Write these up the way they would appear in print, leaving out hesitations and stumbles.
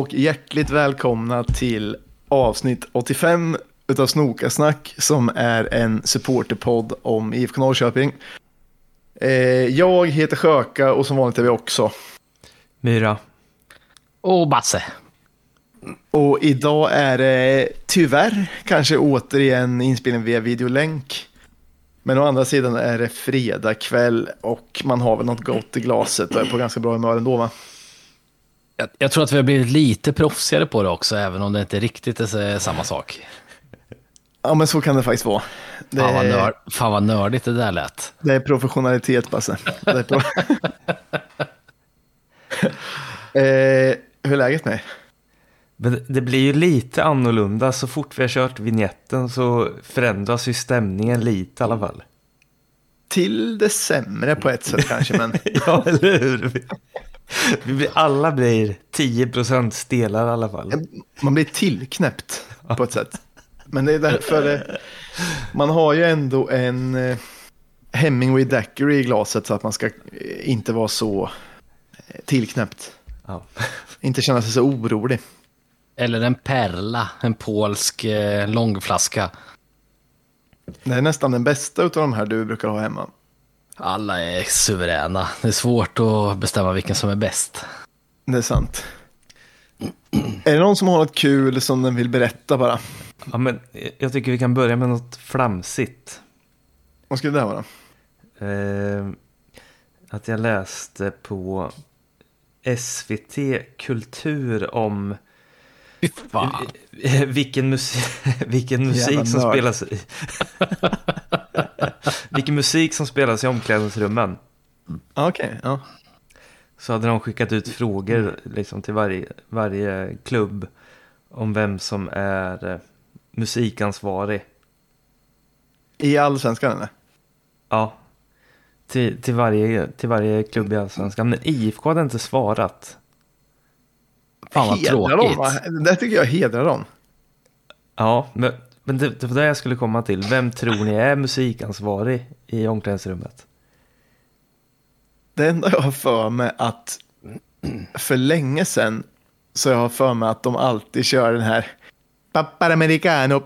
och hjärtligt välkomna till avsnitt 85 utav Snokasnack som är en supporterpodd om IFK Norrköping. Jag heter Sjöka och som vanligt är vi också Myra och Basse. Och idag är det tyvärr kanske återigen inspelning via videolänk. Men å andra sidan är det fredag kväll och man har väl något gott i glaset och är på ganska bra humör ändå, va? Jag tror att vi har blivit lite proffsigare på det också, även om det inte riktigt är samma sak. Ja, men så kan det faktiskt vara. Fan vad nördigt det där lät. Det är professionalitet, Basse. Hur är läget med? Men det blir ju lite annorlunda. Så fort vi har kört vignetten så förändras ju stämningen lite i alla fall. Till det sämre på ett sätt kanske, men... Ja, eller hur? Alla blir 10% stelare i alla fall. Man blir tillknäppt på ett sätt. Men det är därför man har ju ändå en Hemingway Daiquiri i glaset så att man ska inte vara så tillknäppt. Ja. Inte känna sig så orolig. Eller en perla, en polsk långflaska. Det är nästan den bästa utav de här du brukar ha hemma. Alla är suveräna. Det är svårt att bestämma vilken som är bäst. Det är sant. Är det någon som har något kul som den vill berätta bara? Ja, men jag tycker vi kan börja med något flamsigt. Vad skulle det vara? Att jag läste på SVT Kultur om vilken musik som spelas i vilken musik som spelas i omklädningsrummen. Okej, ja. Så hade de skickat ut frågor liksom till varje klubb om vem som är musikansvarig. I Allsvenskan eller? Ja. Till varje klubb i Allsvenskan. Men IFK hade inte svarat. Fan vad tråkigt. Det tycker jag hedrar dem. Ja, men det var det jag skulle komma till. Vem tror ni är musikansvarig i omklädningsrummet? Det enda jag har för mig att för länge sedan så jag har för mig att de alltid kör den här Paparamericano.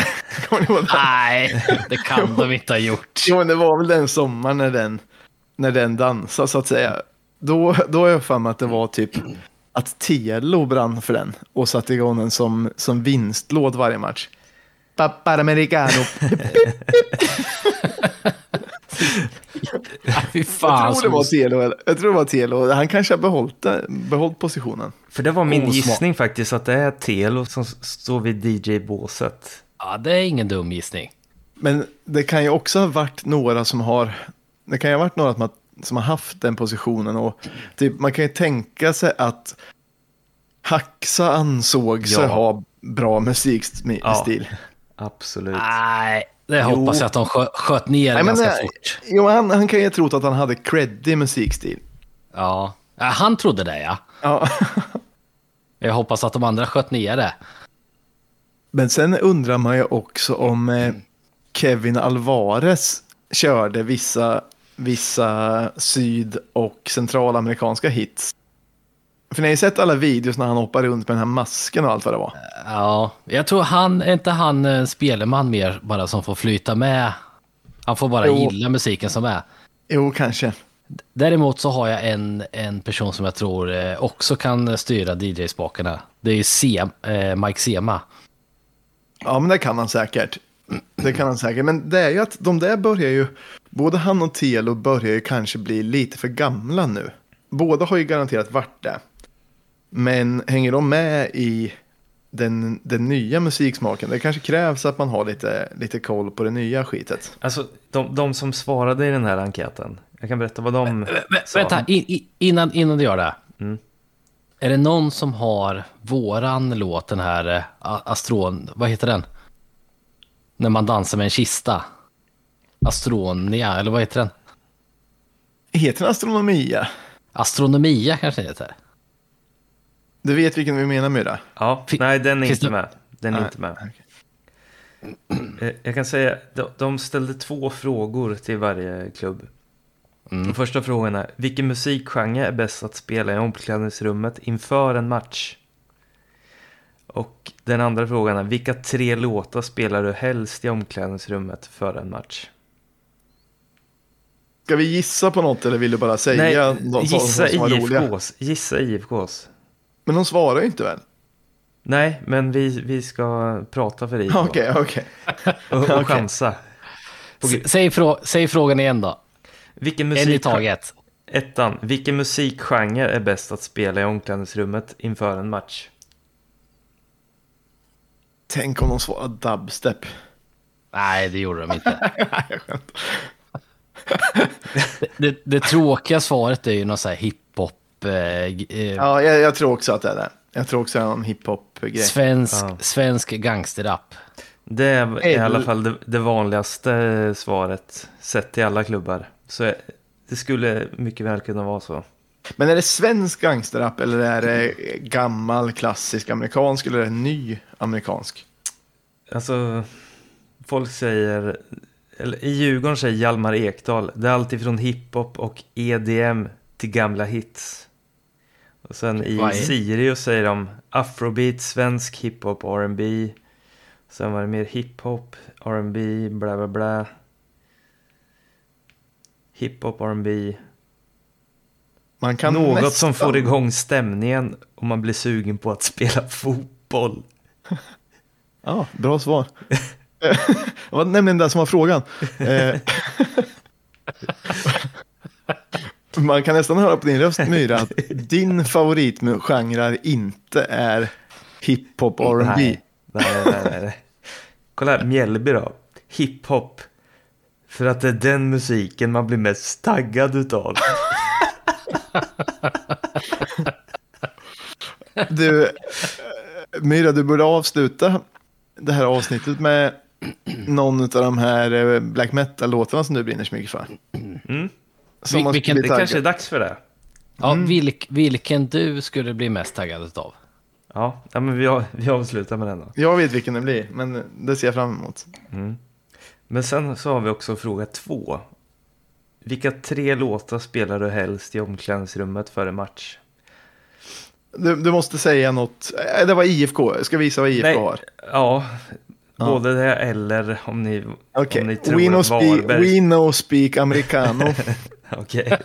Nej, det kan de inte ha gjort. Jo, men det var väl den sommaren när den dansade så att säga. Då har jag för mig att det var typ att Telo brann för den och satte igång den som vinstlåt varje match. Paparamericano. Fy fan, jag tror det var Telo. Han kanske har behållit positionen. För det var min gissning faktiskt, att det är Telo som står vid DJ-båset. Ja, det är ingen dum gissning. Men det kan ju också ha varit några som har haft den positionen och typ, man kan ju tänka sig att Haxa ansåg sig ha bra musikstil. Ja, absolut. Nej, det hoppas jag att de sköt ner ganska fort. Jo, han kan ju ha trott att han hade creddig musikstil. Ja, han trodde det, ja. Jag hoppas att de andra sköt ner det. Men sen undrar man ju också om Kevin Alvarez körde vissa syd- och centralamerikanska hits. För ni har ju sett alla videos när han hoppar runt med den här masken och allt vad det var. Ja, jag tror inte han spelman mer bara som får flyta med. Han får bara gilla musiken som är. Jo, kanske. Däremot så har jag en person som jag tror också kan styra DJ-spakarna. Det är ju Mike Sema. Ja, men det kan han säkert. Men det är ju att de där börjar ju, både han och Telo börjar ju kanske bli lite för gamla nu. Båda har ju garanterat varit det. Men hänger de med i den nya musiksmaken? Det kanske krävs att man har lite koll på det nya skitet. Alltså, de som svarade i den här enkäten, jag kan berätta vad de sa. Vänta, innan du gör det. Mm. Är det någon som har våran låt, den här Astron, vad heter den? När man dansar med en kista. Astronia, eller vad heter den? Heter den Astronomia? Astronomia kanske det heter. Du vet vilken vi menar med det? Ja, nej, den är inte med. Den är inte med. Okay. Jag kan säga, de ställde 2 frågor till varje klubb. Den första frågan är: vilken musikgenre är bäst att spela i omklädningsrummet inför en match? Och den andra frågan är, vilka 3 låtar spelar du helst i omklädningsrummet för en match? Ska vi gissa på något eller vill du bara säga? Nej, gissa IFKs. Men de svarar ju inte väl? Nej, men vi ska prata för IFK. Okej. Och chansa. Säg frågan igen då. Vilken En i taget. Ettan, vilken musikgenre är bäst att spela i omklädningsrummet inför en match? Tänk om de svarar dubstep. Nej, det gjorde de inte. det tråkiga svaret är ju någon så här hiphop. Ja, jag tror också att det är det. Jag tror också att det är en hiphop-grej. Svensk gangsterrap. Det är i alla fall det vanligaste svaret sett till alla klubbar. Så det skulle mycket väl kunna vara så. Men är det svensk gangsterrap eller är det gammal klassisk amerikansk eller är det ny amerikansk? Alltså, folk säger, eller i Djurgården säger Hjalmar Ekdal, det är alltid från hiphop och EDM till gamla hits. Och sen i Sirius säger de afrobeat, svensk hiphop, R&B. Sen var det mer hiphop, R&B, bla bla bla. Hiphop, R&B. Man kan något nästan som får igång stämningen om man blir sugen på att spela fotboll. Ja, bra svar. Det var nämligen det som var frågan. Man kan nästan höra på din röst, Myra, att din favoritgenre inte är hiphop R&B. Nej. Kolla här, Mjällby då. Hiphop. För att det är den musiken man blir mest taggad utav. Du, Myra, du borde avsluta det här avsnittet med någon av de här black metal-låtarna som du brinner så mycket för. Mm. Det kanske är dags för det. Ja, vilken du skulle bli mest taggad utav? Ja, men vi avslutar med den då. Jag vet vilken det blir, men det ser jag fram emot. Mm. Men sen så har vi också fråga 2. Vilka 3 låtar spelar du helst i omklädningsrummet före match? Du måste säga något. Det var IFK. Jag ska visa vad IFK har. Ja, både det eller om ni tror we att Varberg... We know speak americano. Okej.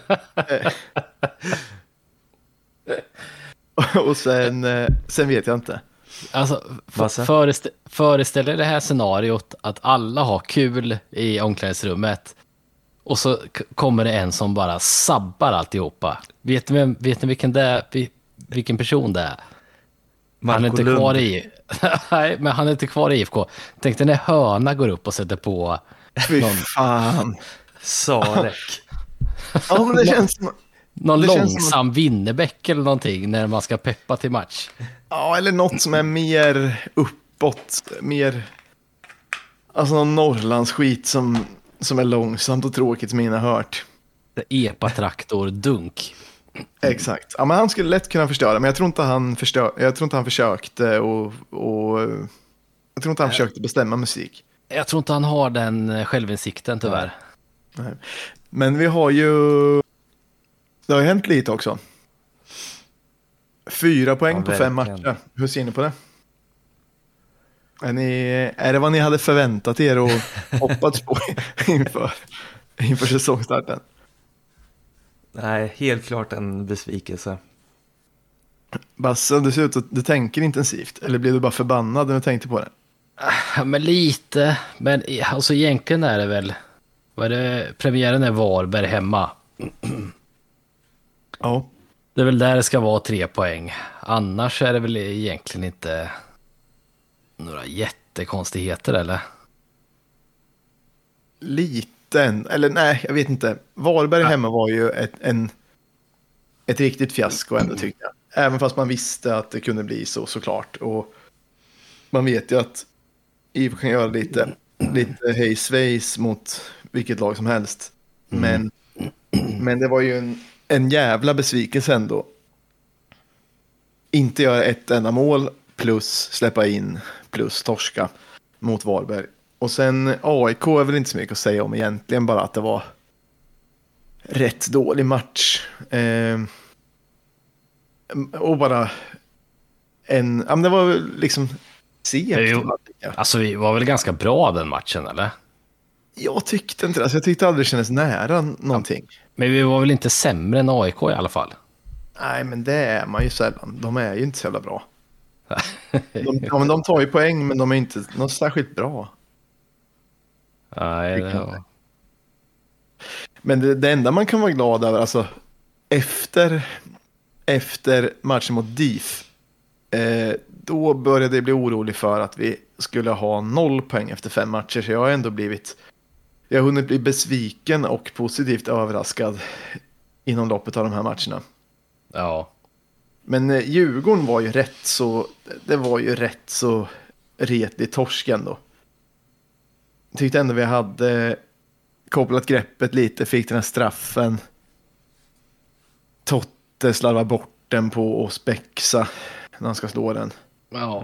Och sen vet jag inte. Alltså, föreställer det här scenariot att alla har kul i omklädningsrummet och så kommer det en som bara sabbar alltihopa. Vet ni vilken person det är? Han är inte kvar i Nej, men han är inte kvar i IFK. Tänk dig när Hörna går upp och sätter på Fy fan. Sarek. Ja, men det känns som... Någon långsam Winnerbäck eller någonting när man ska peppa till match. Ja, eller något som är mer uppåt. Mer... Alltså någon Norrlandsskit som är långsamt och tråkigt som ingen har hört. Epa-traktor-dunk. Exakt. Ja, men han skulle lätt kunna förstöra. Men jag tror inte han försökte och jag tror inte han försökte bestämma musik. Jag tror inte han har den självinsikten tyvärr. Nej. Men vi har ju... Det har ju hänt lite också. 4 poäng på 5 matcher. Hur ser ni på det? Är det vad ni hade förväntat er och hoppats på inför säsongstarten? Nej, helt klart en besvikelse. Basse, du ser ut att du tänker intensivt. Eller blev du bara förbannad när du tänkte på det? Men lite. Men alltså egentligen är det väl... Premiären är Varberg hemma. Ja. Det är väl där det ska vara 3 poäng. Annars är det väl egentligen inte några jättekonstigheter, eller? Liten. Eller nej, jag vet inte. Varberg hemma var ju ett riktigt fiasko ändå, tyckte jag. Även fast man visste att det kunde bli såklart. Och man vet ju att IFK kan göra lite hejsvejs mot vilket lag som helst. Men det var ju en jävla besvikelse ändå. Inte göra ett enda mål plus släppa in plus torska mot Varberg. Och sen AIK är väl inte så mycket att säga om egentligen, bara att det var rätt dålig match. Och bara men det var liksom segt. Alltså vi var väl ganska bra den matchen, eller? Jag tyckte inte det. Alltså, jag tyckte aldrig det kändes nära någonting. Men vi var väl inte sämre än AIK i alla fall? Nej, men det är man ju sällan. De är ju inte så jävla bra. Men de tar ju poäng, men de är inte något särskilt bra. Nej, Men det enda man kan vara glad över, alltså efter matchen mot DIF, då började jag bli orolig för att vi skulle ha 0 poäng efter 5 matcher. Så jag har ändå jag har hunnit bli besviken och positivt överraskad inom loppet av de här matcherna. Ja. Men Djurgården var ju rätt så retlig torsk ändå. Jag tyckte ändå vi hade kopplat greppet lite, fick den här straffen. Totte slarvar bort den på och Spexa när han ska slå den. Ja.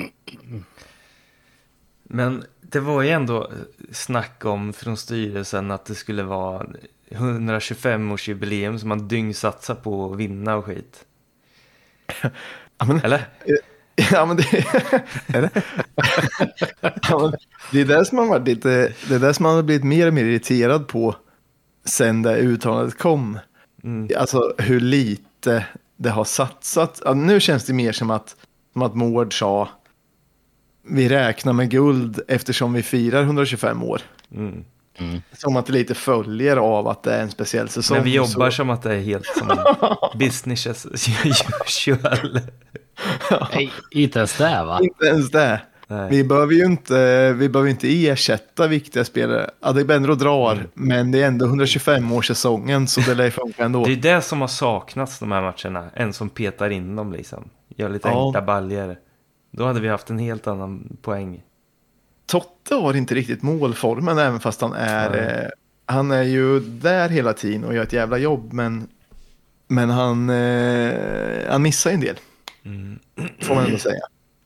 Men det var ju ändå snack om från styrelsen att det skulle vara 125-årsjubileum som man dyngsatsar på att vinna och skit. Ja, men, eller? Ja, men det eller? Ja, men det är det som man varit lite, det är det som man har blivit mer och mer irriterad på sen det uttalandet kom. Alltså hur lite det har satsat. Ja, nu känns det mer som att Mård sa vi räknar med guld eftersom vi firar 125 år. Som att det lite följer av att det är en speciell säsong. Men vi jobbar som att det är helt som business as usual. Nej, inte ens det, va? Inte ens det. Nej. Vi behöver ju inte ersätta viktiga spelare. Adegbenro drar, men det är ändå 125-årssäsongen så det lär funka ändå. Det är det som har saknats de här matcherna. En som petar in dem liksom. Gör lite enkla baljer. Då hade vi haft en helt annan poäng. Totte har inte riktigt målformen även fast han är ju där hela tiden och gör ett jävla jobb, men han missar en del. Får man ändå säga.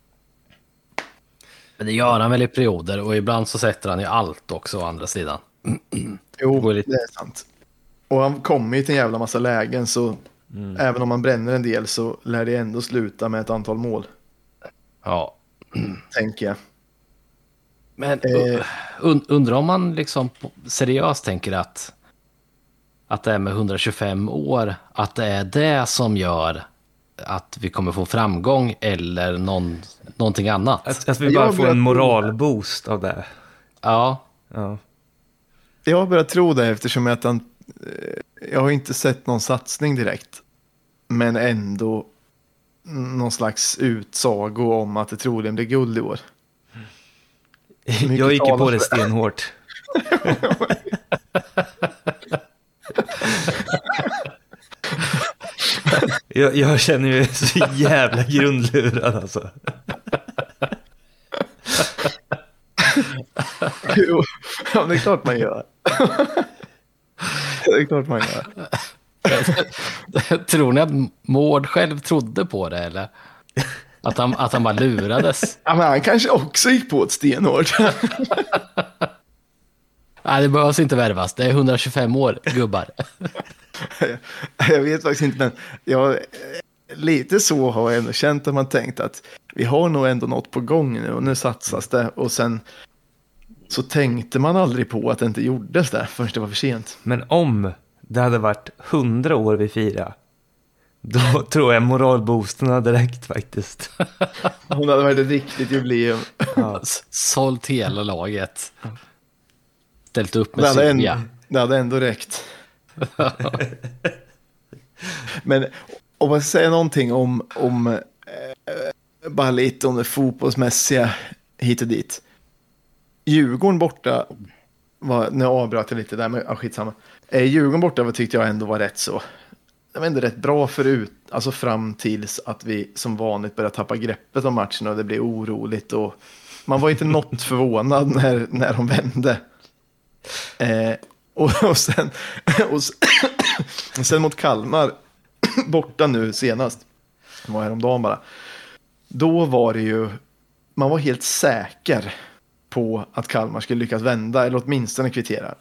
Men det gör han väl i perioder och ibland så sätter han ju allt också å andra sidan. Jo, det är sant. Och han kommer ju till en jävla massa lägen så även om man bränner en del så lär det ändå sluta med ett antal mål. Ja. Tänker jag. Men undrar om man liksom seriöst tänker att det är med 125 år, att det är det som gör att vi kommer få framgång eller någonting annat. Att vi bara får en moralboost av det. Ja. Jag har börjat tro det eftersom jag har inte sett någon satsning direkt. Men ändå någon slags utsago om att det troligen blir guld i år. Jag gick ju på det stenhårt. jag känner ju så jävla grundlurad alltså. Jo, ja, det är klart man gör. Det är klart man gör. Tror ni att Mård själv trodde på det eller? Att han bara lurades? Ja, men han kanske också gick på ett stenhårt. Nej, det behövs inte värvas. Det är 125 år, gubbar. Jag vet faktiskt inte, men lite så har jag ändå känt att man tänkt att vi har nog ändå något på gång nu och nu satsas det. Och sen så tänkte man aldrig på att det inte gjordes där förrän det var för sent. Men om det hade varit 100 år vi firar, då tror jag moralboosten hade räckt faktiskt. Hon hade varit ett riktigt jubileum. Ja. Sålt hela laget. Ställt upp med Sylvia. Det hade ändå räckt. Men om man säger någonting om bara lite om det fotbollsmässiga hit och dit. Djurgården borta nu avbröt jag lite där med skitsamma. Djurgården borta tyckte jag ändå var rätt så. Det var ändå rätt bra förut, alltså fram tills att vi som vanligt började tappa greppet om matchen och det blev oroligt och man var inte något förvånad när de vände. Och sen mot Kalmar borta nu senast, det var häromdagen bara, då var det ju, man var helt säker på att Kalmar skulle lyckas vända eller åtminstone kvittera.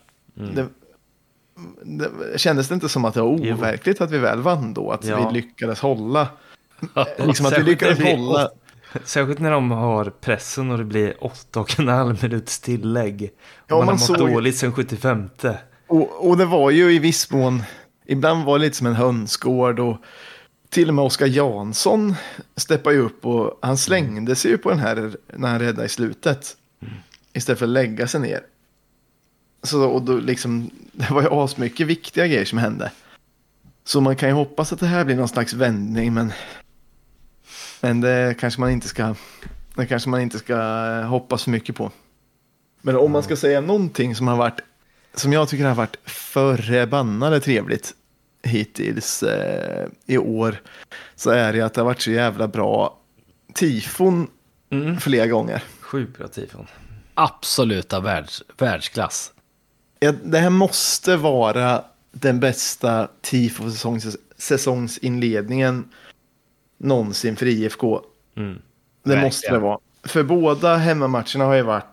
Det kändes det inte som att det var overkligt att vi väl vann då, att vi lyckades hålla liksom att vi lyckades hålla... Särskilt när de har pressen och det blir 8,5 minuts tillägg. Ja, man har såg... mått dåligt sen 75. Och det var ju i viss mån... Ibland var det lite som en hönsgård och till och med Oskar Jansson steppade ju upp och han slängde sig ju på den här när han räddade i slutet. Istället för att lägga sig ner. Så, och då liksom, det var ju asmycket viktiga grejer som hände. Så man kan ju hoppas att det här blir någon slags vändning, men det kanske man inte ska hoppas för mycket på. Men om man ska säga någonting som jag tycker har varit förbannade trevligt hittills i år, så är det att det har varit så jävla bra tifon flera gånger. Sjukt bra tifon. Absoluta världsklass. Ja, det här måste vara den bästa tifo-säsongsinledningen någonsin för IFK. Det måste det vara. För båda hemmamatcherna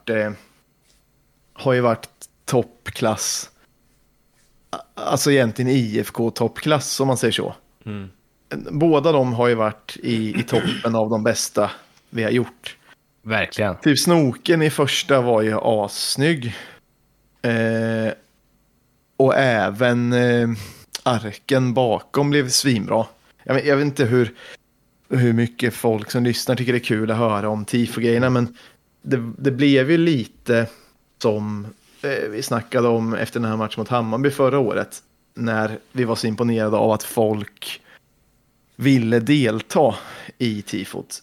har ju varit toppklass. Alltså egentligen IFK toppklass om man säger så. Båda de har ju varit i toppen av de bästa vi har gjort. Verkligen. Typ snoken i första var ju assnygg. Och även arken bakom blev svinbra. Jag vet inte hur mycket folk som lyssnar tycker det är kul att höra om tifo-grejerna, men det blev ju lite som vi snackade om efter den här matchen mot Hammarby förra året, när vi var så imponerade av att folk ville delta i tifot.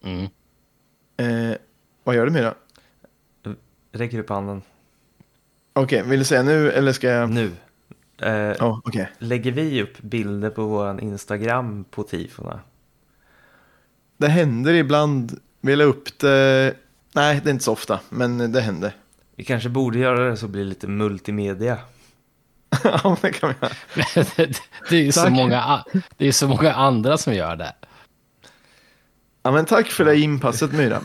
Vad gör du med det? Räcker upp handen. Okej, vill du säga nu eller ska jag? Nu. Okay. Lägger vi upp bilder på vår Instagram på tifona? Det händer ibland. Vi la upp det. Nej, det är inte så ofta, men det händer. Vi kanske borde göra det så blir det lite multimedia. Ja, det kan vi göra. Det är ju så många andra som gör det. Ja, men tack för det inpasset, Myra.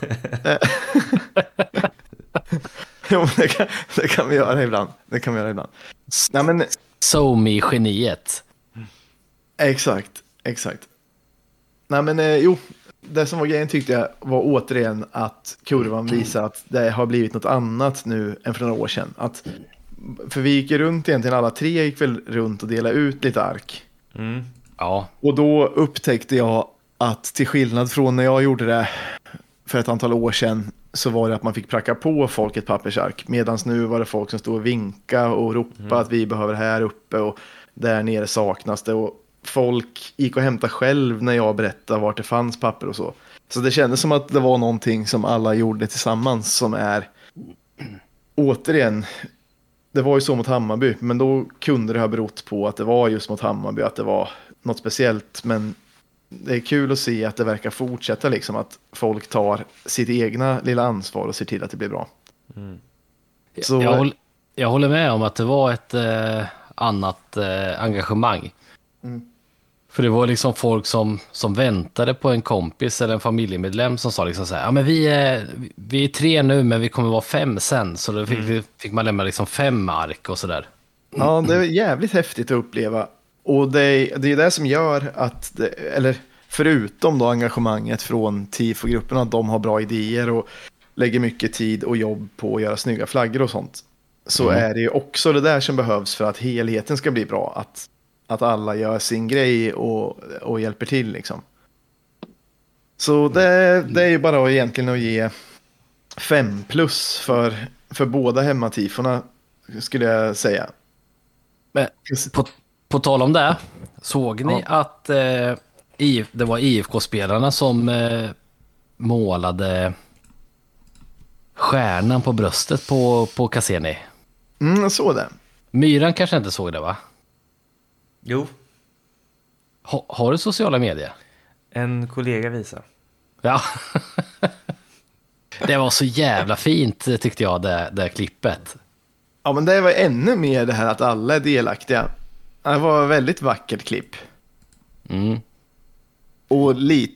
Jo, det kan vi göra ibland. Nej, men... SoMe-geniet. Exakt. Nej, men jo, det som var grejen tyckte jag var återigen att kurvan visar att det har blivit något annat nu än för några år sedan. För vi gick runt egentligen, alla tre gick väl runt och delade ut lite ark. Ja. Och då upptäckte jag att till skillnad från när jag gjorde det för ett antal år sedan, så var det att man fick pracka på folk ett pappersark. Medan nu var det folk som stod och vinka och ropa att vi behöver här uppe och där nere saknas det. Och folk gick och hämtade själv när jag berättade vart det fanns papper och så. Så det kändes som att det var någonting som alla gjorde tillsammans, som är återigen, det var ju så mot Hammarby, men då kunde det ha berott på att det var just mot Hammarby, att det var något speciellt. Men det är kul att se att det verkar fortsätta, liksom att folk tar sitt egna lilla ansvar och ser till att det blir bra. Så... Jag håller med om att det var ett annat engagemang. För det var liksom folk som väntade på en kompis eller en familjemedlem som sa liksom så här: ja, men vi är 3 nu, men vi kommer vara 5 sen. Så då fick man lämna liksom 5 ark och sådär. Ja, det är jävligt häftigt att uppleva. Och det är det som gör att, eller förutom då engagemanget från tifo-grupperna, att de har bra idéer och lägger mycket tid och jobb på att göra snygga flaggor och sånt, så är det ju också det där som behövs för att helheten ska bli bra. Att alla gör sin grej och hjälper till liksom. Så det är ju bara egentligen att ge 5+ för båda hemmatiforna, skulle jag säga. Men på tal om det, såg ni att det var IFK-spelarna som målade stjärnan på bröstet på Cassini? Jag såg det. Myran kanske inte såg det, va? Jo. Har du sociala medier? En kollega visar. Ja. Det var så jävla fint, tyckte jag, det klippet. Ja, men det var ännu mer det här att alla är delaktiga. Det var ett väldigt vackert klipp. Och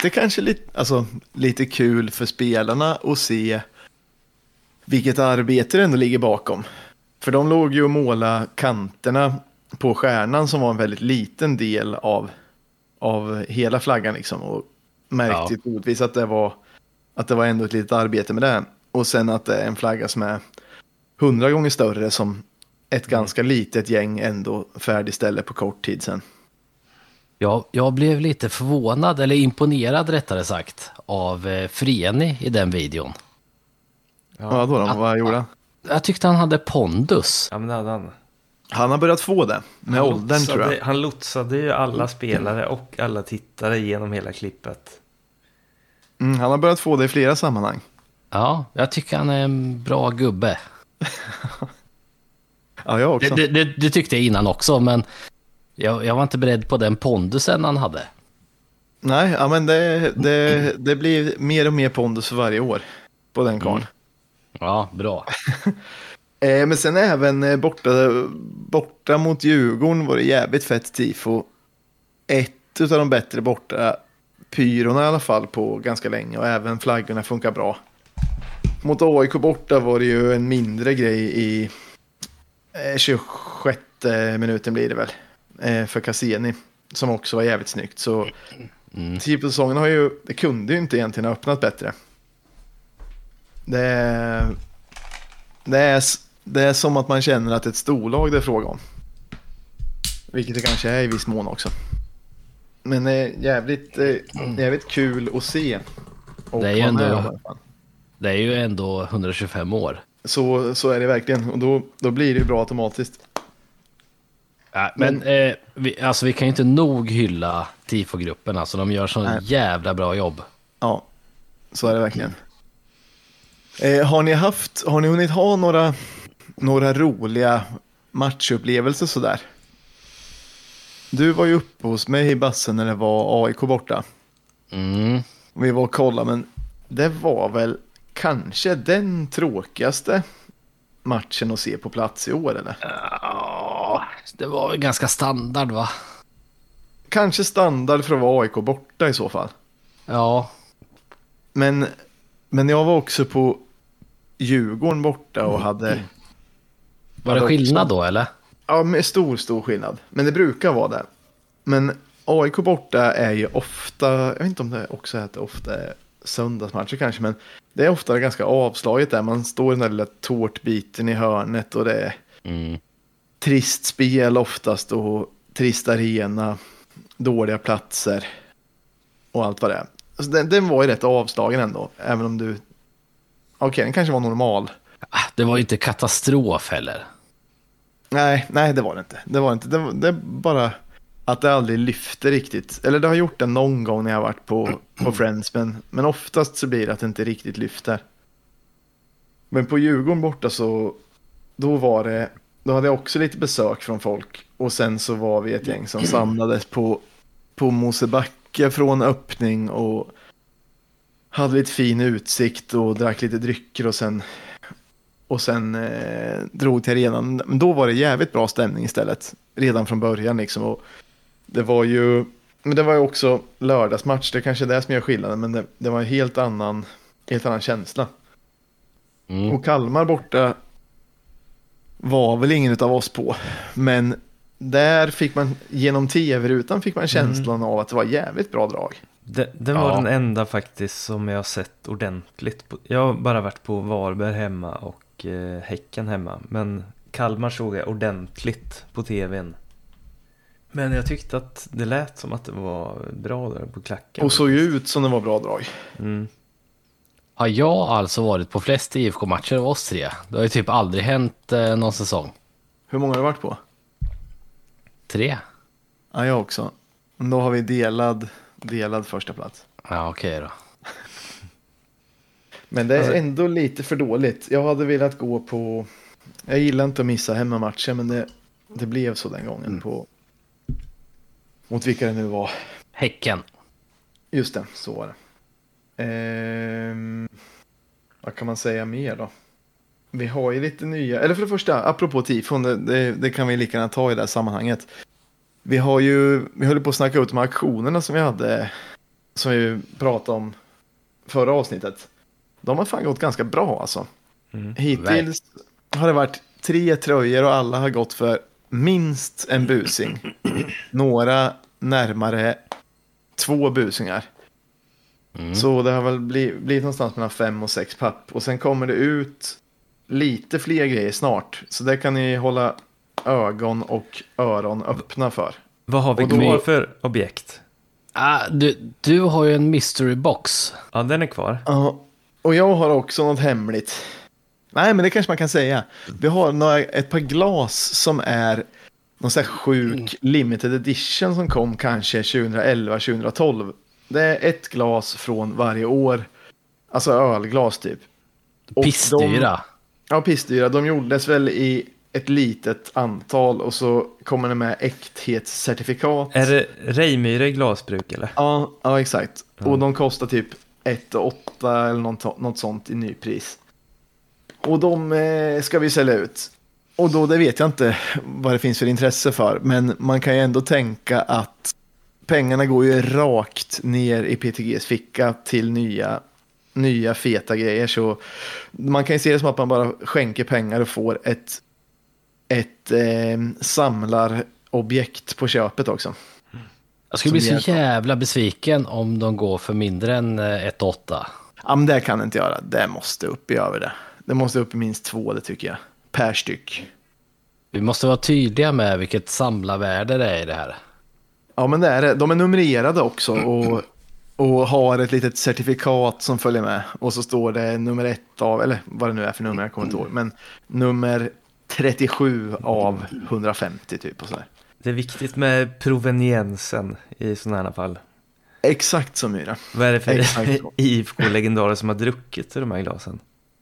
lite kul för spelarna att se vilket arbete det ändå ligger bakom. För de låg ju och målade kanterna på stjärnan, som var en väldigt liten del av hela flaggan liksom. Och märkte troligtvis att det var ändå ett litet arbete med det. Och sen att det är en flagga som är 100 gånger större som ett ganska litet gäng ändå färdigställer på kort tid sen. Jag blev lite förvånad, eller imponerad rättare sagt, av Freni i den videon. Ja, vad gjorde han? Jag tyckte han hade pondus. Ja, men det hade han. Han har börjat få det med åldern, tror jag. Han lotsade ju alla spelare och alla tittare genom hela klippet. Han har börjat få det i flera sammanhang. Ja, jag tycker han är en bra gubbe. Ja, jag också. Det tyckte jag innan också, men jag var inte beredd på den pondusen han hade. Nej, ja, men det blir mer och mer pondus för varje år på den karln. Ja, bra. Men sen även borta mot Djurgården var det jävligt fett tifo. Ett av de bättre borta pyrorna i alla fall på ganska länge, och även flaggorna funkar bra. Mot AIK borta var det ju en mindre grej i 26 minuten blir det väl för Cassini, som också var jävligt snyggt. Så tifo-säsongen det kunde ju inte egentligen ha öppnat bättre. Det är som att man känner att ett storlag det är fråga om. Vilket det kanske är i viss mån också. Men jävligt kul att se. Det är ju ändå 125 år. Så är det verkligen. Och då blir det ju bra automatiskt. Ja, men vi kan ju inte nog hylla tifogruppen. Alltså, de gör så jävla bra jobb. Ja, så är det verkligen. Har ni hunnit ha några roliga matchupplevelser sådär? Du var ju uppe hos mig i bassen när det var AIK borta. Vi var och kollade, men det var väl kanske den tråkigaste matchen att se på plats i år, eller? Ja, det var ganska standard, va? Kanske standard för att vara AIK borta i så fall. Ja. Men jag var också på Djurgården borta och hade... Var det skillnad då, eller? Ja, med stor skillnad. Men det brukar vara det. Men AIK borta är ju ofta... Jag vet inte om det också är att det ofta är söndagsmatcher kanske, men det är ofta ganska avslaget där. Man står i den där lilla tårtbiten i hörnet och det är trist spel oftast och trist arena, dåliga platser och allt vad det är. Alltså den var ju rätt avslagen ändå, även om du... Okej, den kanske var normal. Det var ju inte katastrof heller. Nej, det var det inte. Det är bara att det aldrig lyfter riktigt. Eller det har gjort det någon gång när jag har varit på Friends, men oftast så blir det att det inte riktigt lyfter. Men på Djurgården borta så då hade jag också lite besök från folk. Och sen så var vi ett gäng som samlades på Mosebacke från öppning och hade lite fin utsikt och drack lite drycker och sen drog till arenan. Men då var det jävligt bra stämning istället. Redan från början liksom. Och det var ju också lördagsmatch. Det är kanske är det som gör skillnaden. Men det var en helt annan känsla. Och Kalmar borta var väl ingen av oss på. Men där fick man, genom tv-rutan fick man känslan av att det var jävligt bra drag. Det var den enda faktiskt som jag har sett ordentligt på. Jag har bara varit på Varberg hemma och Häcken hemma. Men Kalmar såg jag ordentligt på tvn. Men jag tyckte att det lät som att det var bra där på klacken. Och såg ju ut som det var bra drag. Har jag alltså varit på flest IFK-matcher av oss tre? Det har ju typ aldrig hänt någon säsong. Hur många har du varit på? 3. Ja, jag också. Då har vi delad första plats. Ja, okej då. Men det är ändå lite för dåligt. Jag hade velat gå på... Jag gillar inte att missa hemmamatcher, men det blev så den gången på... Mot vilka det nu var. Häcken. Just det, så var det. Vad kan man säga mer då? Vi har ju lite nya... Eller för det första, apropå tifon, det kan vi lika gärna ta i det här sammanhanget. Vi höll på att snacka ut de aktionerna som vi hade, som vi pratade om förra avsnittet. De har fan gått ganska bra alltså. Hittills har det varit 3 tröjor och alla har gått för minst en busing. Några närmare 2 busingar. Så det har väl blivit någonstans mellan 5 och 6 papp. Och sen kommer det ut lite fler grejer snart. Så det kan ni hålla ögon och öron öppna för. Vad har vi kvar för objekt? Du har ju en mystery box. Ja, den är kvar. Ja, och jag har också något hemligt. Nej, men det kanske man kan säga. Vi har ett par glas som är någon sån här sjuk limited edition som kom kanske 2011-2012. Det är ett glas från varje år. Alltså ölglas typ. Pissdyra. Ja, pissdyra. De gjordes väl i ett litet antal och så kommer det med äkthetscertifikat. Är det Reimyre glasbruk eller? Ja, exakt. Och de kostar typ 1,8 eller något sånt i nypris. Och de ska vi sälja ut. Och då, det vet jag inte vad det finns för intresse för. Men man kan ju ändå tänka att pengarna går ju rakt ner i PTGs ficka till nya feta grejer. Så man kan ju se det som att man bara skänker pengar och får ett samlarobjekt på köpet också. Jag skulle bli så jävla besviken om de går för mindre än 1,8. Ja, men det kan det inte göra. Det måste upp i över det. Det måste upp i minst 2, det tycker jag. Per styck. Vi måste vara tydliga med vilket samlarvärde det är i det här. Ja, men det är det. De är numrerade också och har ett litet certifikat som följer med. Och så står det nummer 1 av, eller vad det nu är för nummer, jag kommer inte ihåg. Men nummer 37 av 150 typ och så där. Det är viktigt med proveniensen i sådana här fall. Exakt som Myra. Vad är det för IFK-legendarer som har druckit i de här glasen?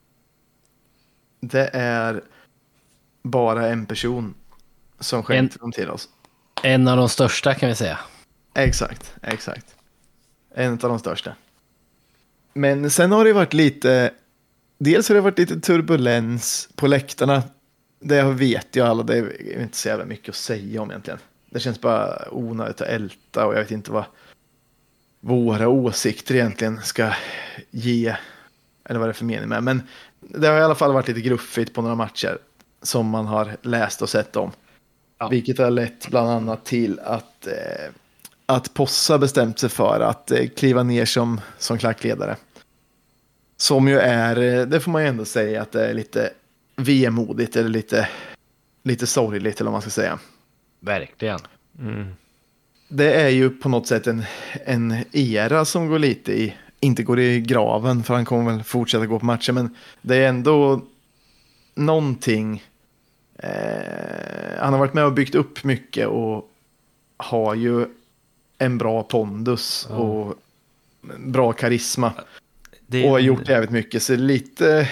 Det är bara en person som skänkte dem till oss. En av de största kan vi säga. Exakt. En av de största. Men sen har det varit dels har det varit lite turbulens på läktarna. Det vet ju alla, det är inte så jävla mycket att säga om egentligen. Det känns bara onödigt att älta och jag vet inte vad våra åsikter egentligen ska ge, eller vad det är för mening med. Men det har i alla fall varit lite gruffigt på några matcher som man har läst och sett om. Ja. Vilket har lett bland annat till att Possa bestämt sig för att kliva ner som klackledare. Som ju är, det får man ju ändå säga att det är lite vemodigt eller lite sorgligt eller vad man ska säga. Verkligen. Det är ju på något sätt en era som går inte går i graven, för han kommer väl fortsätta gå på matcher, men det är ändå någonting. Han har varit med och byggt upp mycket och har ju en bra pondus och bra karisma och har gjort jävligt mycket, så lite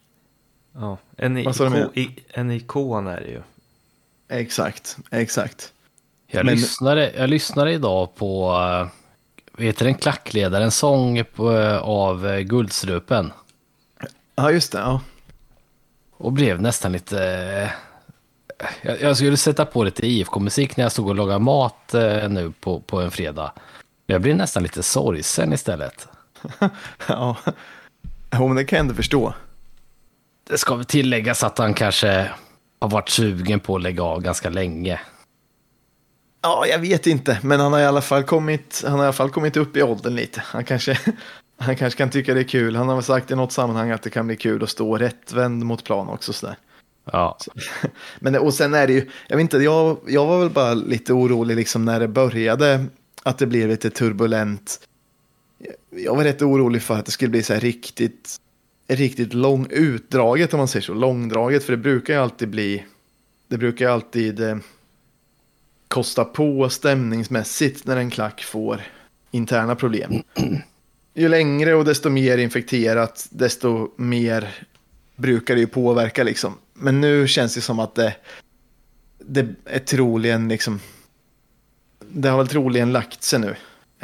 en ikon är det ju. Exakt. Jag lyssnade idag på klackledaren sång av Guldstrupen. Ja, just det, ja. Och blev nästan lite... Jag skulle sätta på lite IFK-musik när jag stod och lagade mat nu på en fredag. Jag blev nästan lite sorgsen istället. Ja, men det kan jag ändå förstå. Det ska väl tilläggas att han kanske har varit sugen på att lägga av ganska länge. Ja, jag vet inte, men han har i alla fall kommit upp i åldern lite. Han kanske kan tycka det är kul. Han har väl sagt i något sammanhang att det kan bli kul att stå rättvänd mot plan också så där. Ja. Men och sen är det ju, jag vet inte, jag var väl bara lite orolig liksom när det började att det blev lite turbulent. Jag var rätt orolig för att det skulle bli så här riktigt utdraget, om man säger så, långdraget, för det brukar ju alltid kosta på stämningsmässigt när en klack får interna problem. Ju längre och desto mer infekterat, desto mer brukar det ju påverka liksom. Men nu känns det som att det är troligen liksom, det har väl troligen lagt sig nu.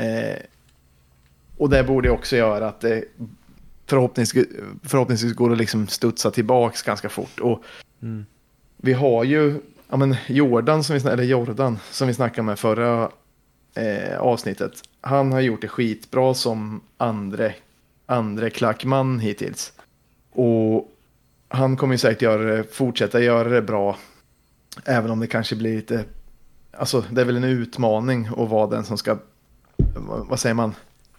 Och det borde också göra att det förhoppningsvis går att liksom studsa tillbaks ganska fort. Och vi har ju Jordan som vi snackade med förra avsnittet. Han har gjort det skitbra som andra klackman hittills. Och han kommer ju säkert fortsätta göra det bra. Även om det kanske blir det är väl en utmaning att vara den som ska, vad säger man,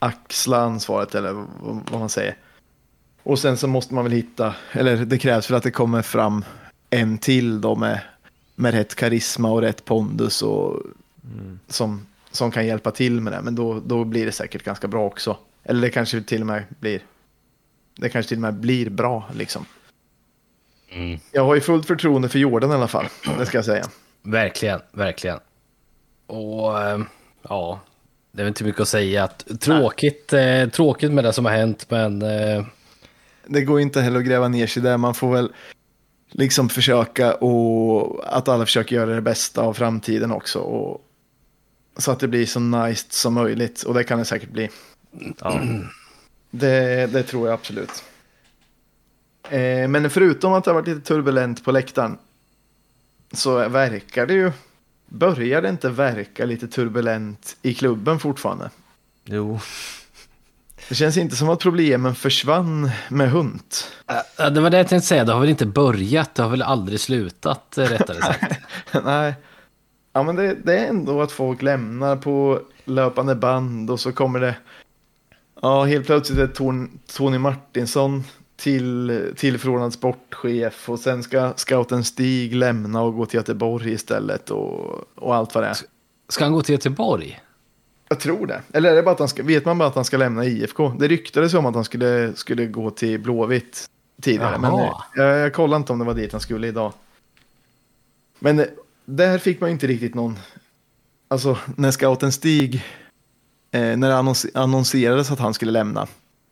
axla ansvaret eller vad man säger. Och sen så måste man väl hitta, eller det krävs väl att det kommer fram en till då med rätt karisma och rätt pondus och som kan hjälpa till med det. Men då blir det säkert ganska bra också. Eller det kanske till och med blir bra liksom. Jag har ju fullt förtroende för Jordan i alla fall, det ska jag säga. Verkligen, verkligen. Och ja, det är inte mycket att säga. Tråkigt med det som har hänt, men det går inte heller att gräva ner sig där. Man får väl liksom försöka och att alla försöker göra det bästa av framtiden också. Och, så att det blir så nice som möjligt. Och det kan det säkert bli. Ja. Det tror jag absolut. Men förutom att det har varit lite turbulent på läktaren så börjar det inte verka lite turbulent i klubben fortfarande. Jo. Det känns inte som att problemen försvann med Hunt. Det var det jag tänkte säga. Det har väl inte börjat, det har väl aldrig slutat, rättare sagt. Nej. Ja, men det är ändå att folk lämnar på löpande band och så kommer det helt plötsligt är Tony Martinsson tillförordnad sportchef och sen ska scouten Stig lämna och gå till Göteborg istället och allt vad det är. Ska han gå till Göteborg? Jag tror det. Eller är det bara att vet man bara att han ska lämna IFK? Det ryktades om att han skulle gå till Blåvitt tidigare. Jaha. Men jag kollar inte om det var dit han skulle idag. Men där fick man inte riktigt någon... Alltså, när scouten Stig... när det annonserades att han skulle lämna.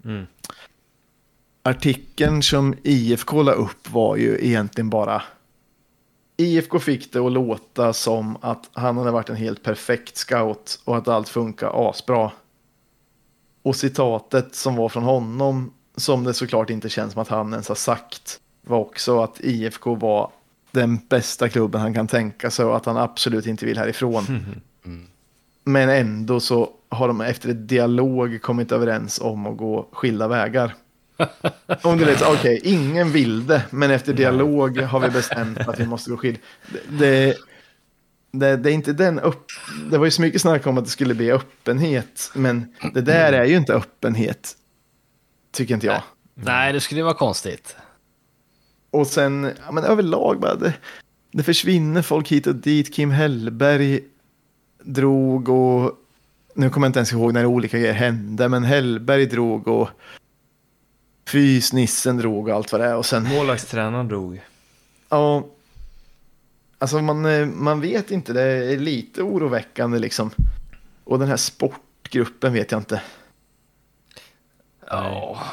Artikeln som IFK la upp var ju egentligen bara... IFK fick det att låta som att han hade varit en helt perfekt scout och att allt funkar asbra. Och citatet som var från honom, som det såklart inte känns som att han ens har sagt, var också att IFK var den bästa klubben han kan tänka sig och att han absolut inte vill härifrån. Men ändå så har de efter ett dialog kommit överens om att gå skilda vägar. Om du vet, okej, ingen vill det, men efter dialog har vi bestämt att vi måste gå skilda. Det är inte det var ju så mycket snack om att det skulle bli öppenhet, men det där är ju inte öppenhet, tycker inte jag. Nej, det skulle vara konstigt. Och sen, men överlag bara, det försvinner folk hit och dit. Kim Hellberg drog och nu kommer jag inte ens ihåg när olika grejer hände, men Hellberg drog och Fysnissen drog och allt vad det är. Och sen Målvaktstränaren drog. Ja. Alltså man vet inte. Det är lite oroväckande liksom. Och den här sportgruppen vet jag inte. Ja.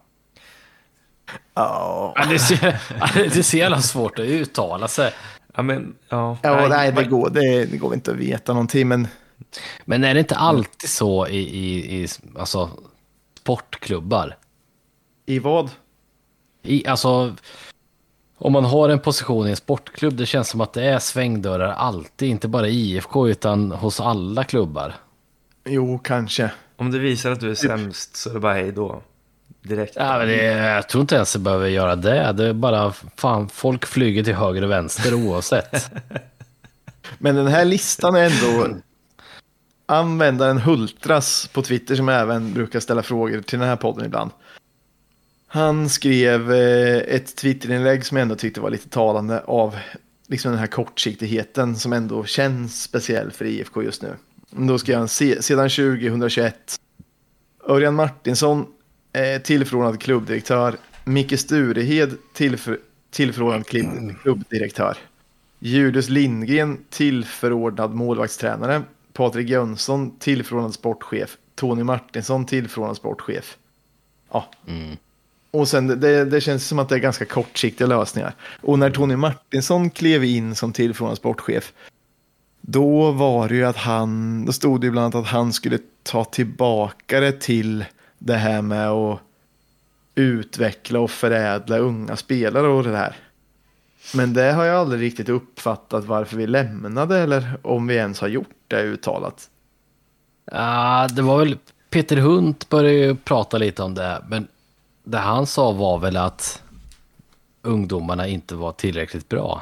Det är så jävla svårt att uttala sig. Nej, det går inte att veta någonting. Men är det inte alltid så i alltså, sportklubbar? I vad? Alltså, om man har en position i en sportklubb, det känns som att det är svängdörrar alltid, inte bara i IFK utan hos alla klubbar. Jo, kanske. Om det visar att du är sämst så är det bara hej då. Direkt. Ja, men jag tror inte ens det behöver göra det. Det är bara, fan, folk flyger till höger och vänster oavsett. Men den här listan är ändå... Användaren Hultras på Twitter, som även brukar ställa frågor till den här podden ibland. Han skrev ett Twitterinlägg som jag ändå tyckte var lite talande av liksom den här kortsiktigheten som ändå känns speciell för IFK just nu. Då skrev han sedan 2021. Örjan Martinsson, tillförordnad klubbdirektör. Micke Sturehed, tillförordnad klubbdirektör. Julius Lindgren, tillförordnad målvaktstränare. Patrik Jönsson, tillförordnad sportchef. Tony Martinsson, tillförordnad sportchef. Ja. Och sen det känns som att det är ganska kortsiktiga lösningar. Och när Tony Martinsson klev in som tillförordnad sportchef, då var det ju att då stod det ju bland annat att han skulle ta tillbaka det till det här med att utveckla och förädla unga spelare och det där. Men det har jag aldrig riktigt uppfattat varför vi lämnade eller om vi ens har gjort det uttalat. Ja, det var väl Peter Hunt började ju prata lite om det, men det han sa var väl att ungdomarna inte var tillräckligt bra.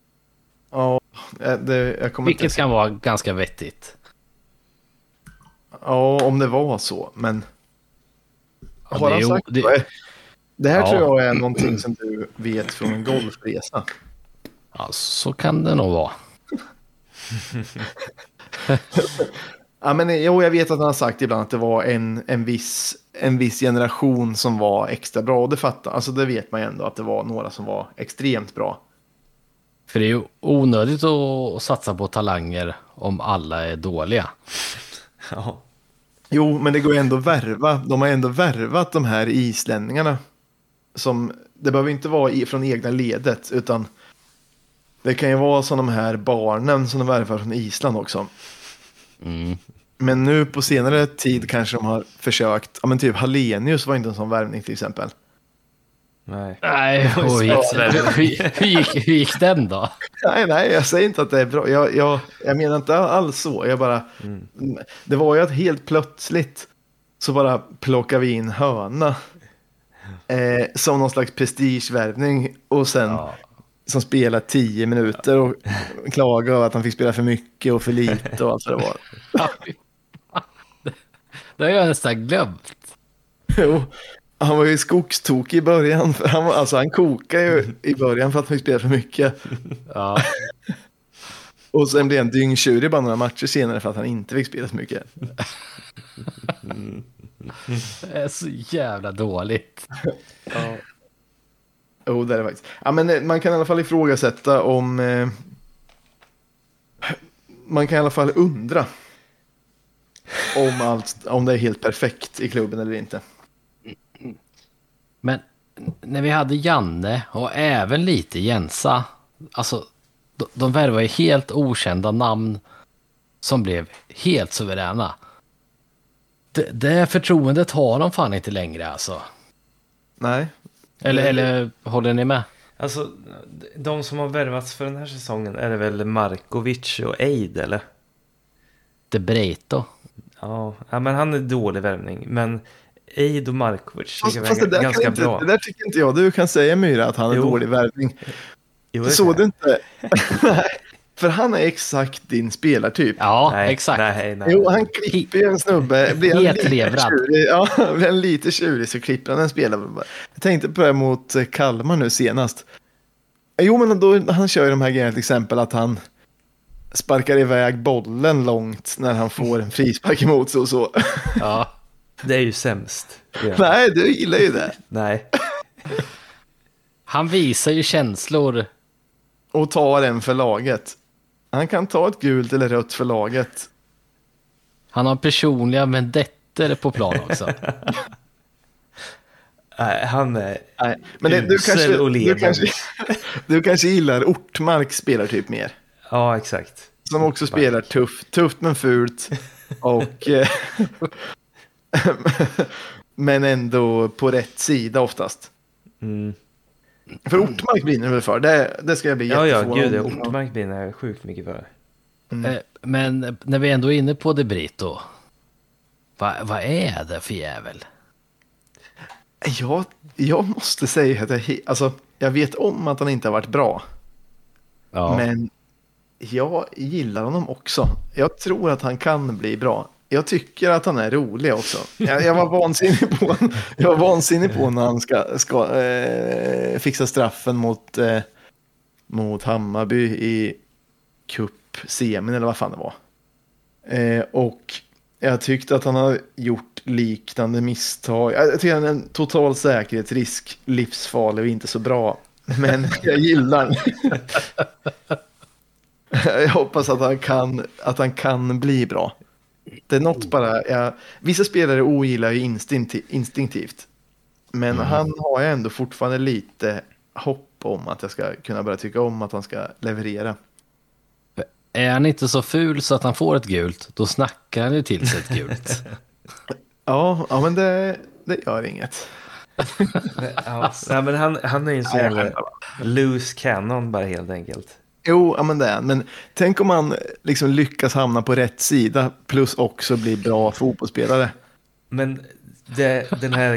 Ja, jag kommer vilket kan vara ganska vettigt. Ja, om det var så, men Ja, har han sagt det? Det här Ja. tror jag är någonting som du vet från en golfresa. Ja, så kan det nog vara. Ja, men jag vet att han har sagt ibland att det var en viss generation som var extra bra. Och det fattar, alltså det vet man ju ändå att det var några som var extremt bra. För det är ju onödigt att satsa på talanger om alla är dåliga. Ja. Jo, men det går ju ändå att värva. De har ändå värvat de här islänningarna. Det behöver inte vara från egna ledet, utan det kan ju vara som de här barnen som de värvar från Island också. Mm. Men nu på senare tid kanske de har försökt, ja men typ Hallenius var inte en sån värvning till exempel. Nej. Nej, hur gick den då? Nej, jag säger inte att det är bra. Jag menar inte alls så. Det var ju att helt plötsligt så bara plockar vi in Höna som någon slags prestigevärvning och sen som spelar 10 minuter och klagar över att han fick spela för mycket och för lite och allt vad det var. Det har jag nästan glömt. Jo, han var ju skogstokig i början. Han kokade ju i början för att han fick spela för mycket. Ja. Och sen blev han dyngtjurig bara några matcher senare för att han inte fick spela så mycket. Det är så jävla dåligt. Ja. Oh, det är det faktiskt. Ja, men man kan i alla fall ifrågasätta om... man kan i alla fall undra om det är helt perfekt i klubben eller inte. Men när vi hade Janne och även lite Jensa, alltså de värvar ju helt okända namn som blev helt suveräna. Det förtroendet har de fan inte längre alltså. Nej. Eller håller ni med? Alltså, de som har värvats för den här säsongen är det väl Markovic och Eid, eller? De Breito. Ja, men han är dålig värvning. Men Eid och Markovic Fast det där ganska inte, bra. Det där tycker inte jag. Du kan säga, Myra, att han är dålig värvning. Jo, Såg du inte? Nej, för han är exakt din spelartyp. Ja, nej, exakt. Nej. Jo, han klipper ju en snubbe. Blir han Helt levrad. blir han lite tjurig så klipper han en spelare. Jag tänkte på det mot Kalmar nu senast. Jo, men då, han kör ju de här grejerna, till exempel att han sparkar iväg bollen långt när han får en frispark emot sig och så. Ja. Det är ju sämst. Ja. Nej, du gillar ju det. Nej. Han visar ju känslor. Och tar en för laget. Han kan ta ett gult eller rött för laget. Han har personliga vendetter på plan också. Nej, han är Men usel du kanske gillar Ortmark spelar typ mer. Ja, exakt. Som också spelar tufft men fult. Och men ändå på rätt sida oftast. Mm. För Ortmark brinner väl för. Det ska jag bli jätteförvånad. Ja, gud, Ortmark brinner sjukt mycket för. Men när vi ändå är inne på De Brito, vad är det för jävel? Jag måste säga att jag vet om att han inte har varit bra. Ja. Men jag gillar honom också. Jag tror att han kan bli bra. Jag tycker att han är rolig också. Jag var vansinnig på när han ska fixa straffen mot Hammarby i cup-semin eller vad fan det var. Och jag tyckte att han har gjort liknande misstag. Jag tycker han är en total säkerhetsrisk, livsfarlig och inte så bra. Men jag gillar jag hoppas att han kan bli bra. Det är något bara... vissa spelare ogillar ju instinktivt. Men han har ju ändå fortfarande lite hopp om att jag ska kunna börja tycka om att han ska leverera. Är han inte så ful så att han får ett gult, då snackar han ju till sig ett gult. Ja, men det gör inget. Ja, men han är ju en sån jävla loose cannon bara helt enkelt. Jo, men det är. Men tänk om man liksom lyckas hamna på rätt sida plus också bli bra fotbollsspelare. Men den här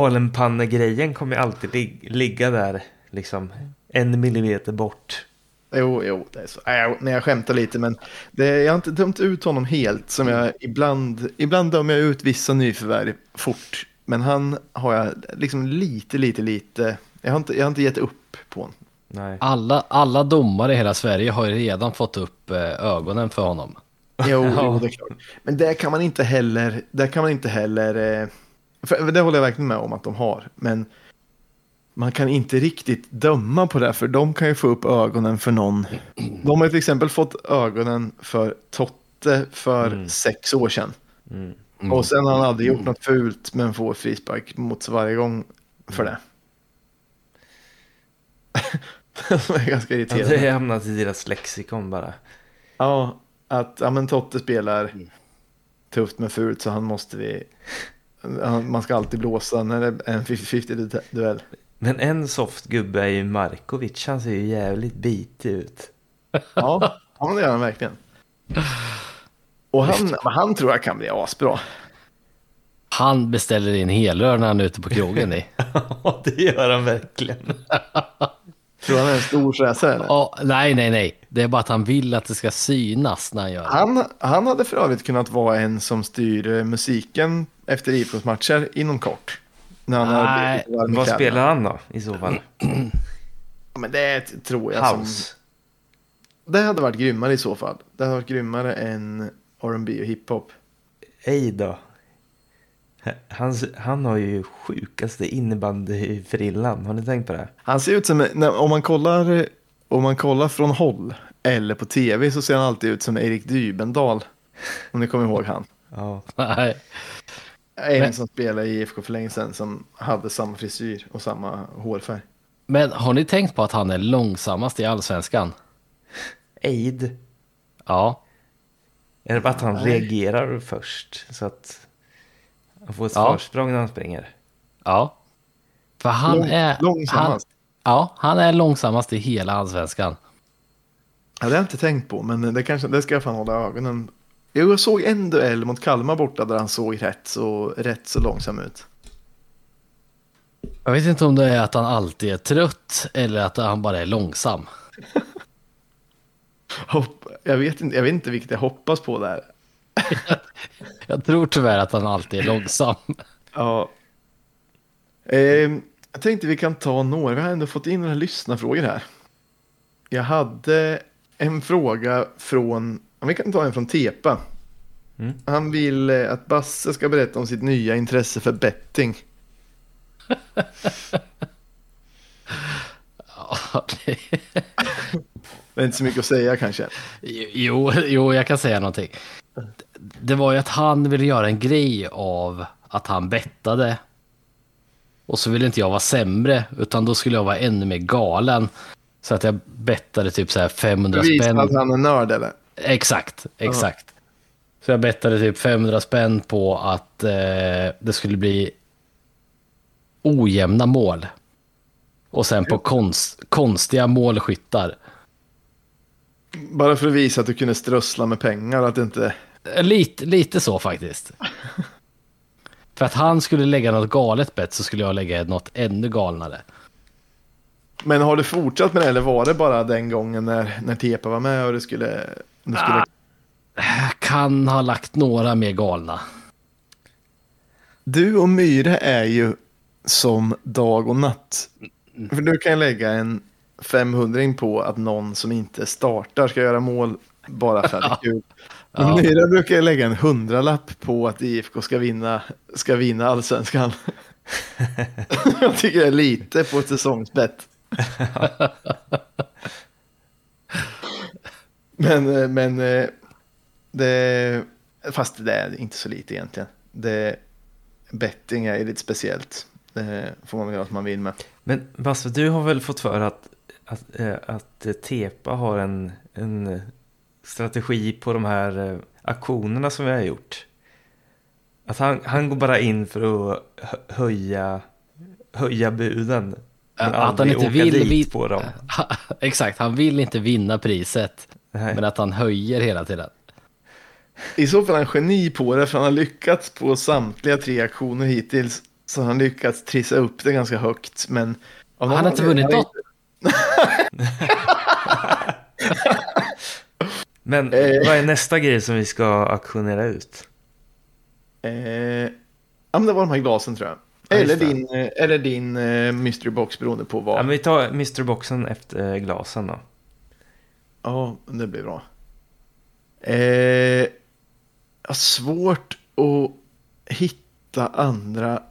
galenpanne-grejen kommer ju alltid ligga där liksom 1 millimeter bort. Jo, det är så. Nej, jag skämtar lite, men jag har inte dömt ut honom helt. Som jag ibland dömer jag ut vissa nyförvärv fort. Men han har jag liksom lite. Jag har inte gett upp på honom. Nej. Alla domare i hela Sverige har ju redan fått upp ögonen för honom. Jo, det är klart. Men det kan man inte heller. För det håller jag verkligen med om att de har. Men man kan inte riktigt döma på det, för de kan ju få upp ögonen för någon. De har till exempel fått ögonen för Totte för 6 år sedan. Och sen har han aldrig gjort något fult, men får frispark mot varje gång för det. Det är ganska irriterande. Det har hamnat i deras lexikon bara. Ja, men Totte spelar tufft men fult, så man ska alltid blåsa när det är en 50-50-duell. Men en soft gubbe är ju Markovic. Han ser ju jävligt bitig ut. Ja, det gör han verkligen. Och han tror jag kan bli asbra. Han beställer in helrör när han är ute på krogen i. Ja, det gör han verkligen. Tror han är en stor fräsare eller? Ja, nej. Det är bara att han vill att det ska synas när han gör det. Han hade för övrigt kunnat vara en som styr musiken efter IFKs matcher inom kort. Nej, vad spelar han då i så fall? Ja, men det tror jag House. Det hade varit grymmare i så fall. Det hade varit grymmare än R&B och hiphop. Ej då. Han har ju sjukaste innebandyfrillan. Har ni tänkt på det? Han ser ut som, om man kollar från håll eller på tv, så ser han alltid ut som Erik Dybendal. Om ni kommer ihåg han. Ja. Nej. En som spelade i IFK för länge sedan, som hade samma frisyr och samma hårfärg. Men har ni tänkt på att han är långsammast i Allsvenskan? Eid. Ja. Är det bara att han reagerar först så att han får ett försprång när han springer? Ja. För han är långsammast. Han är långsammast i hela Allsvenskan. Ja, det har jag inte tänkt på, men det ska jag fan hålla ögonen. Jag såg en duell mot Kalmar borta där han såg rätt så långsam ut. Jag vet inte om det är att han alltid är trött eller att han bara är långsam. Jag vet inte vilket jag hoppas på där. Jag tror tyvärr att han alltid är långsam. Ja. Jag tänkte vi kan ta några. Vi har ändå fått in några lyssnarfrågor här. Jag hade en fråga vi kan ta en från Tepa. Han vill att Basse ska berätta om sitt nya intresse för betting. Det är inte så mycket att säga kanske. Jo, jag kan säga någonting. Det var ju att han ville göra en grej av att han bettade. Och så ville inte jag vara sämre, utan då skulle jag vara ännu mer galen. Så att jag bettade typ så här 500 spänn. Att han är nörd eller? Exakt. Så jag bettade typ 500 spänn på att det skulle bli ojämna mål. Och sen på konstiga målskyttar. Bara för att visa att du kunde strössla med pengar och att det inte... Lite så faktiskt. För att han skulle lägga något galet bett, så skulle jag lägga något ännu galnare. Men har du fortsatt med det, eller var det bara den gången när Tepa var med och du skulle... Kan ha lagt några mer galna. Du och Myre är ju som dag och natt. För du kan lägga en 500 på att någon som inte startar ska göra mål bara för att det är kul. Ja. Myra brukar lägga en 100-lapp på att IFK ska vinna Allsvenskan. Jag tycker det är lite på ett säsongsbett. men fast det är inte så lite egentligen. Betting är lite speciellt. Det får man väl göra som man vill med. Men Basse, du har väl fått för att Tepa har en strategi på de här aktionerna som vi har gjort. Att han går bara in för att höja buden. Men att han inte vill på dem. Exakt, han vill inte vinna priset. Nej. Men att han höjer hela tiden. I så fall är han geni på det, för han har lyckats på samtliga 3 aktioner hittills. Så han har lyckats trissa upp det ganska högt. Men han har inte vunnit något. Men vad är nästa grej som vi ska auktionera ut? Ja, men det var de här glasen tror jag. Ja, Eller din mystery box beroende på vad. Ja, men vi tar mystery boxen efter glasen då. Ja, det blir bra. Svårt att hitta andra.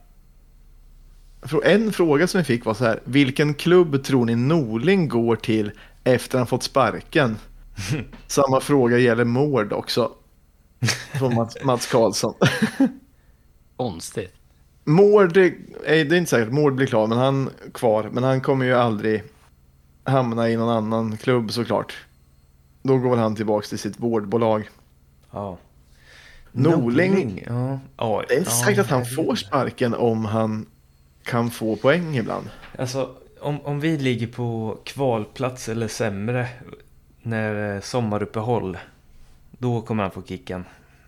En fråga som vi fick var så här: vilken klubb tror ni Norling går till efter han fått sparken? Samma fråga gäller Mård också. Från Mats Karlsson. Konstigt. Mård, det är inte säkert Mård blir klar, men han kommer ju aldrig hamna i någon annan klubb såklart. Då går han tillbaka till sitt vårdbolag. Ja. Norling. Ja. Det är inte säkert att han får sparken om han kan få poäng ibland. Alltså, om vi ligger på kvalplats eller sämre när sommaruppehåll, då kommer han få kicken.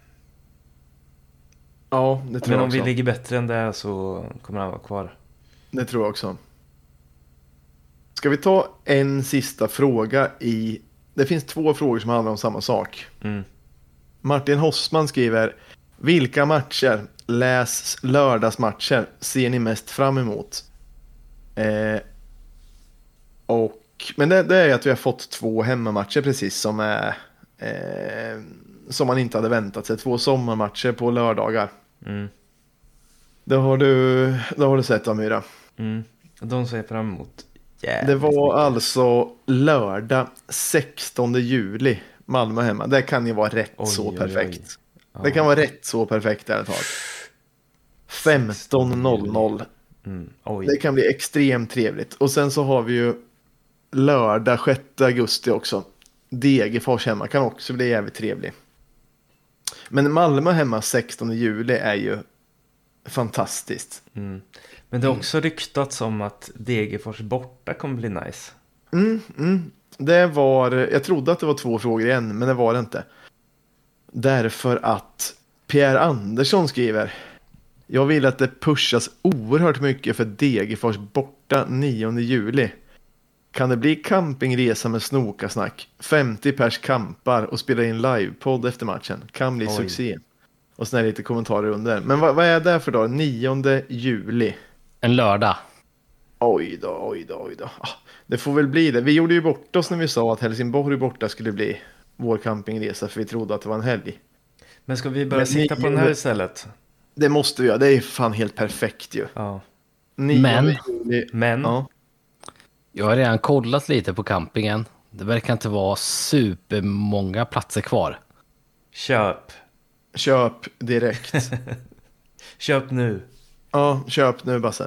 Ja, det tror Men jag om också. vi ligger bättre än det så kommer han vara kvar. Det tror jag också. Ska vi ta en sista fråga i... Det finns 2 frågor som handlar om samma sak. Mm. Martin Hossman skriver: vilka matcher, läs lördagsmatcher, ser ni mest fram emot? Men det är att vi har fått 2 hemmamatcher precis som är som man inte hade väntat sig. 2 sommarmatcher på lördagar. Mm. Det har du sett, Amira. Mm. De ser jag fram emot. Det var alltså lördag 16 juli, Malmö hemma. Det kan ju vara rätt så perfekt. Ja. Det kan vara rätt så perfekt i alla fall. 15:00. Det kan bli extremt trevligt. Och sen så har vi ju lördag 6 augusti också. Degerfors hemma kan också bli jävligt trevlig. Men Malmö hemma 16 juli är ju fantastiskt. Mm. Men det har också ryktats om att Degerfors borta kommer bli nice. Det var, jag trodde att det var 2 frågor igen, men det var det inte. Därför att Pierre Andersson skriver: jag vill att det pushas oerhört mycket för Degerfors borta 9 juli. Kan det bli campingresa med snokasnack? 50 pers kampar och spelar in livepodd efter matchen. Kan bli succé. Och sen är det lite kommentarer under. Men vad är det för dag? 9 juli. En lördag. Oj då. Det får väl bli det. Vi gjorde ju bort oss när vi sa att Helsingborg borta skulle bli vår campingresa, för vi trodde att det var en helg. Men ska vi börja sitta på den här istället? Det måste vi göra. Det är fan helt perfekt ju. Ja. 9 juli. Men. Ja. Jag har redan kollat lite på campingen. Det verkar inte vara supermånga platser kvar. Köp direkt. Köp nu. Ja, köp nu, Basse.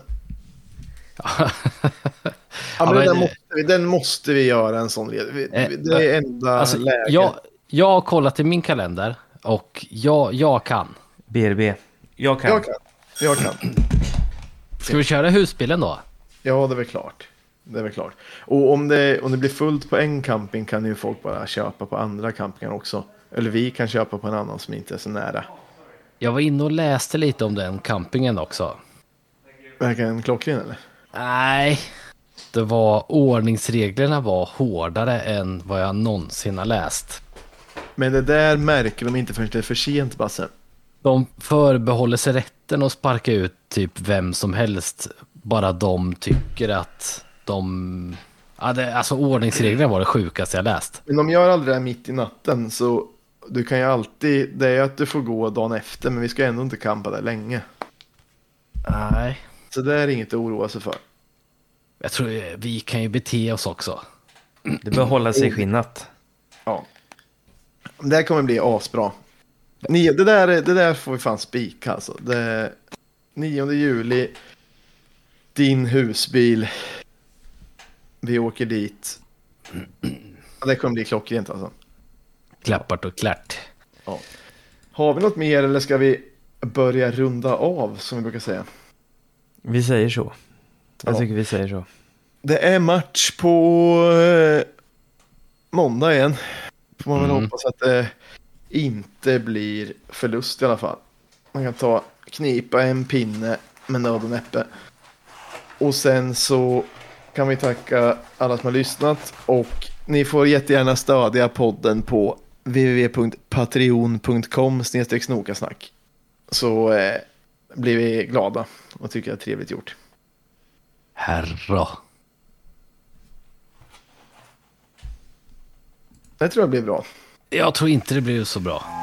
Men den måste vi göra en sån resa. Det är enda läget. Jag har kollat i min kalender och jag kan. BRB. Jag kan. Ska vi köra husbilen då? Ja, det är väl klart. Och om det blir fullt på en camping kan ju folk bara köpa på andra campingar också. Eller vi kan köpa på en annan som inte är så nära. Jag var inne och läste lite om den campingen också. Verkar en klockren eller? Nej, ordningsreglerna var hårdare än vad jag någonsin har läst. Men det där märker de inte förrän det är för sent, Basse. De förbehåller sig rätten att sparka ut typ vem som helst. Bara de tycker att de... Alltså ordningsreglerna var det sjukaste jag läst. Men de gör aldrig det här mitt i natten, så du kan ju alltid... Det är att du får gå dagen efter, men vi ska ändå inte campa där länge. Nej. Så det är inget att oroa sig för. Jag tror vi kan ju bete oss också. Det bör hålla sig skinnat. Ja. Det här kommer bli asbra. Det där får vi fan spika alltså. 9 juli. Din husbil. Vi åker dit. Det kommer bli klockrent alltså. Klappart och klärt. Ja. Har vi något mer eller ska vi börja runda av som vi brukar säga? Vi säger så. Jag tycker vi säger så. Det är match på måndag igen. Får man väl hoppas att det inte blir förlust i alla fall. Man kan knipa en pinne med nöd och näppe. Och sen så kan vi tacka alla som har lyssnat och Ni får jättegärna stödja podden på www.patreon.com/snokasnack. Så blir vi glada och tycker att det är trevligt gjort. Herra. Det tror jag blir bra. Jag tror inte det blir så bra.